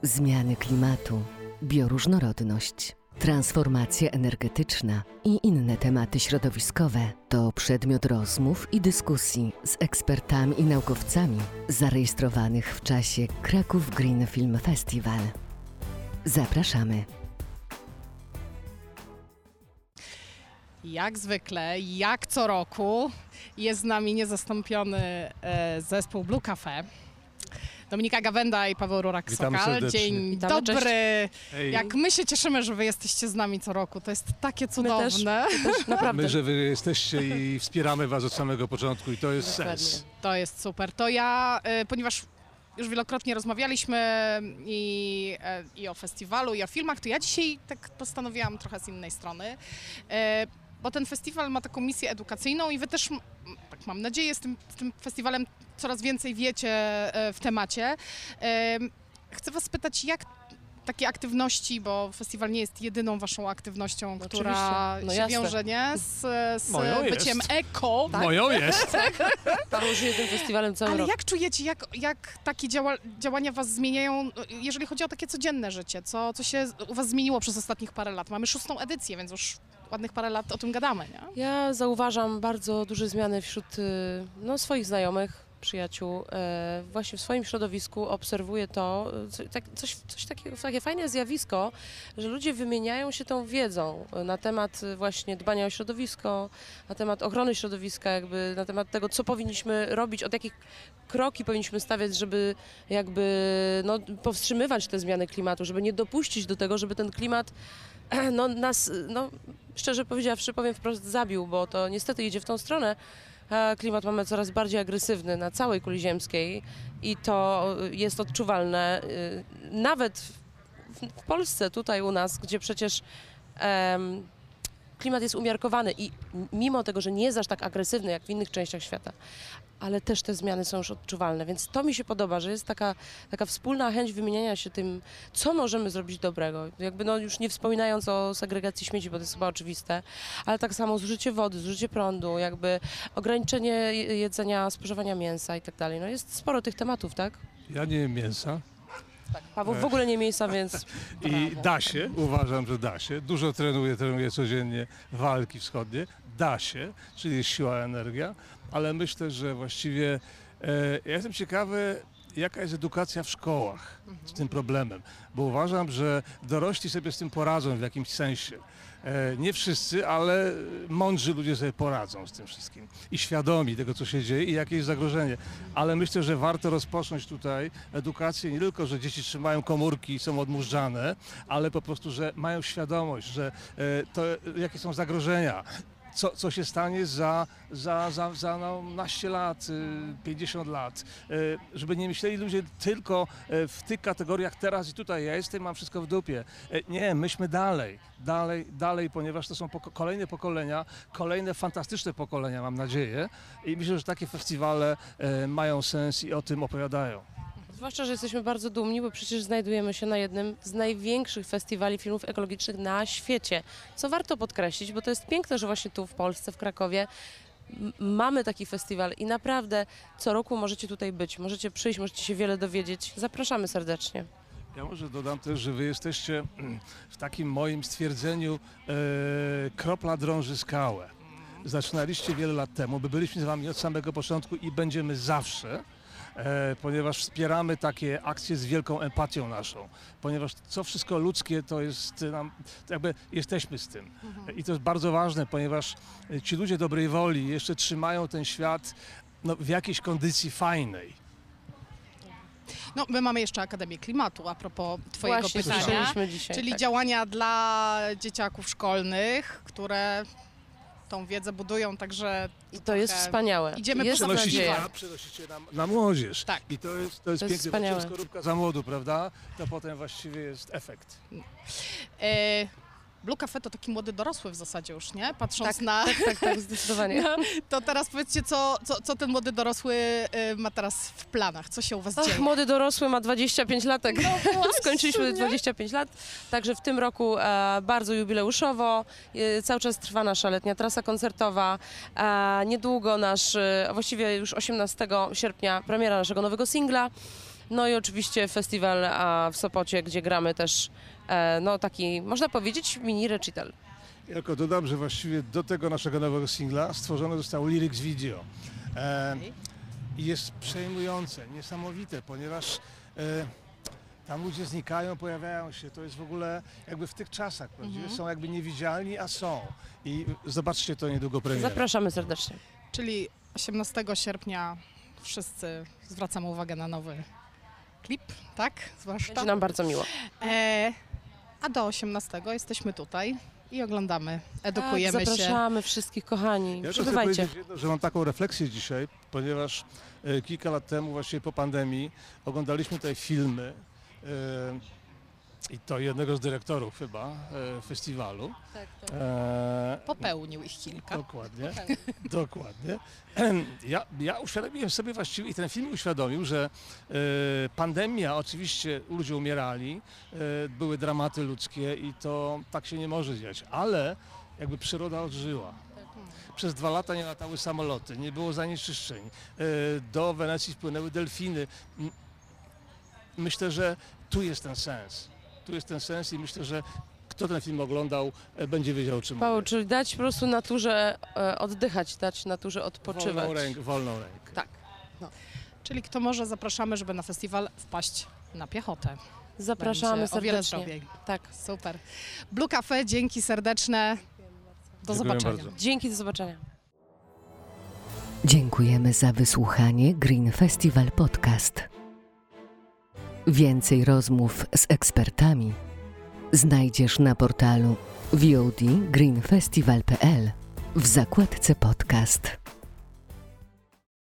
zmiany klimatu, bioróżnorodność, transformacja energetyczna i inne tematy środowiskowe to przedmiot rozmów i dyskusji z ekspertami i naukowcami zarejestrowanych w czasie Kraków Green Film Festival. Zapraszamy! Jak zwykle, jak co roku, jest z nami niezastąpiony zespół Blue Cafe. Dominika Gawenda i Paweł Rurak-Sokal. Dzień Witamy, dobry. Hej. Jak my się cieszymy, że wy jesteście z nami co roku. To jest takie cudowne. My też, naprawdę. My, że wy jesteście i wspieramy was od samego początku i to jest sens. To jest super. To ja, ponieważ już wielokrotnie rozmawialiśmy i o festiwalu, i o filmach, to ja dzisiaj tak postanowiłam trochę z innej strony. Bo ten festiwal ma taką misję edukacyjną i wy też, tak mam nadzieję, z tym festiwalem coraz więcej wiecie w temacie. Chcę was spytać, jak takie aktywności, bo festiwal nie jest jedyną waszą aktywnością, która się wiąże z Moją byciem jest. eko. Tak? Moją jest. Paweł żyje tym festiwalem cały Ale rok. jak czujecie, jak takie działania was zmieniają, jeżeli chodzi o takie codzienne życie? Co się u was zmieniło przez ostatnich parę lat? Mamy 6. edycję, więc już ładnych parę lat o tym gadamy, nie? Ja zauważam bardzo duże zmiany wśród swoich znajomych, przyjaciół. Właśnie w swoim środowisku obserwuję to, coś takiego, takie fajne zjawisko, że ludzie wymieniają się tą wiedzą na temat właśnie dbania o środowisko, na temat ochrony środowiska, jakby na temat tego, co powinniśmy robić, od jakich kroki powinniśmy stawiać, żeby powstrzymywać te zmiany klimatu, żeby nie dopuścić do tego, żeby ten klimat nas, szczerze powiedziawszy, powiem wprost, zabił, bo to niestety idzie w tą stronę. Klimat mamy coraz bardziej agresywny na całej kuli ziemskiej i to jest odczuwalne nawet w Polsce, tutaj u nas, gdzie przecież klimat jest umiarkowany i mimo tego, że nie jest aż tak agresywny jak w innych częściach świata, ale też te zmiany są już odczuwalne, więc to mi się podoba, że jest taka wspólna chęć wymieniania się tym, co możemy zrobić dobrego. Jakby już nie wspominając o segregacji śmieci, bo to jest chyba oczywiste, ale tak samo zużycie wody, zużycie prądu, jakby ograniczenie jedzenia, spożywania mięsa i tak dalej. Jest sporo tych tematów, tak? Ja nie jem mięsa Tak. Paweł w ogóle nie mięsa, więc... i da się, uważam, że da się. Dużo trenuję codziennie walki wschodnie. Da się, czyli jest siła, energia, ale myślę, że właściwie ja jestem ciekawy, jaka jest edukacja w szkołach z tym problemem, bo uważam, że dorośli sobie z tym poradzą w jakimś sensie. Nie wszyscy, ale mądrzy ludzie sobie poradzą z tym wszystkim i świadomi tego, co się dzieje i jakie jest zagrożenie. Ale myślę, że warto rozpocząć tutaj edukację nie tylko, że dzieci trzymają komórki i są odmurzane, ale po prostu, że mają świadomość, że jakie są zagrożenia. Co się stanie za naście lat, 50 lat, żeby nie myśleli ludzie tylko w tych kategoriach teraz i tutaj, ja jestem, mam wszystko w dupie. Nie, myślmy dalej, ponieważ to są kolejne pokolenia, kolejne fantastyczne pokolenia, mam nadzieję, i myślę, że takie festiwale mają sens i o tym opowiadają. Zwłaszcza, że jesteśmy bardzo dumni, bo przecież znajdujemy się na jednym z największych festiwali filmów ekologicznych na świecie. Co warto podkreślić, bo to jest piękne, że właśnie tu w Polsce, w Krakowie mamy taki festiwal i naprawdę co roku możecie tutaj być, możecie przyjść, możecie się wiele dowiedzieć. Zapraszamy serdecznie. Ja może dodam też, że wy jesteście w takim moim stwierdzeniu kropla drąży skałę. Zaczynaliście wiele lat temu, by byliśmy z wami od samego początku i będziemy zawsze. Ponieważ wspieramy takie akcje z wielką empatią naszą, ponieważ co wszystko ludzkie to jest jakby jesteśmy z tym. I to jest bardzo ważne, ponieważ ci ludzie dobrej woli jeszcze trzymają ten świat w jakiejś kondycji fajnej. My mamy jeszcze Akademię Klimatu, a propos twojego Właśnie, pytania, słyszeliśmy dzisiaj, czyli tak. działania dla dzieciaków szkolnych, które tą wiedzę budują, także... I to jest wspaniałe. Idziemy jest poza nadzieja. Przenosicie na młodzież. Tak. I to jest piękne, wspaniałe. bo skorupka za młodu, prawda? To potem właściwie jest efekt. Blue Cafe to taki młody dorosły w zasadzie już, nie? Patrząc Tak, zdecydowanie. to teraz powiedzcie, co ten młody dorosły ma teraz w planach? Co się u was dzieje? Młody dorosły ma 25 latek. właśnie, Skończyliśmy 25 lat, także w tym roku bardzo jubileuszowo. Cały czas trwa nasza letnia trasa koncertowa. Niedługo właściwie już 18 sierpnia premiera naszego nowego singla. No i oczywiście festiwal w Sopocie, gdzie gramy też taki, można powiedzieć, mini recital. Ja tylko dodam, że właściwie do tego naszego nowego singla stworzone zostało lyrics video. I jest przejmujące, niesamowite, ponieważ tam ludzie znikają, pojawiają się. To jest w ogóle jakby w tych czasach, prawdziwie są jakby niewidzialni, a są. I zobaczcie to niedługo premierę. Zapraszamy serdecznie. Czyli 18 sierpnia wszyscy zwracamy uwagę na nowy klip, tak? Zwłaszcza. Będzie nam bardzo miło. A do 18 jesteśmy tutaj i oglądamy, edukujemy Tak, zapraszamy wszystkich, kochani. Ja chcę Przybywajcie. powiedzieć jedno, że mam taką refleksję dzisiaj, ponieważ kilka lat temu, właściwie po pandemii, oglądaliśmy tutaj filmy i to jednego z dyrektorów chyba festiwalu. Tak. Popełnił ich kilka. Dokładnie, dokładnie. Ja uświadomiłem sobie właściwie i ten film uświadomił, że pandemia, oczywiście ludzie umierali, były dramaty ludzkie i to tak się nie może dziać, ale jakby przyroda odżyła. Przez 2 lata nie latały samoloty, nie było zanieczyszczeń, do Wenecji wpłynęły delfiny. Myślę, że tu jest ten sens. Tu jest ten sens i myślę, że kto ten film oglądał, będzie wiedział, o czym Paweł, mówię. czyli dać po prostu naturze oddychać, dać naturze odpoczywać. Wolną rękę. Tak. Czyli kto może, zapraszamy, żeby na festiwal wpaść na piechotę. Zapraszamy Będzie o wiele serdecznie. zdrowiej. Tak. Super. Blue Cafe, dzięki serdeczne. Do Dziękuję zobaczenia. bardzo. Dzięki, do zobaczenia. Dziękujemy za wysłuchanie Green Festival Podcast. Więcej rozmów z ekspertami znajdziesz na portalu VOD greenfestival.pl w zakładce podcast.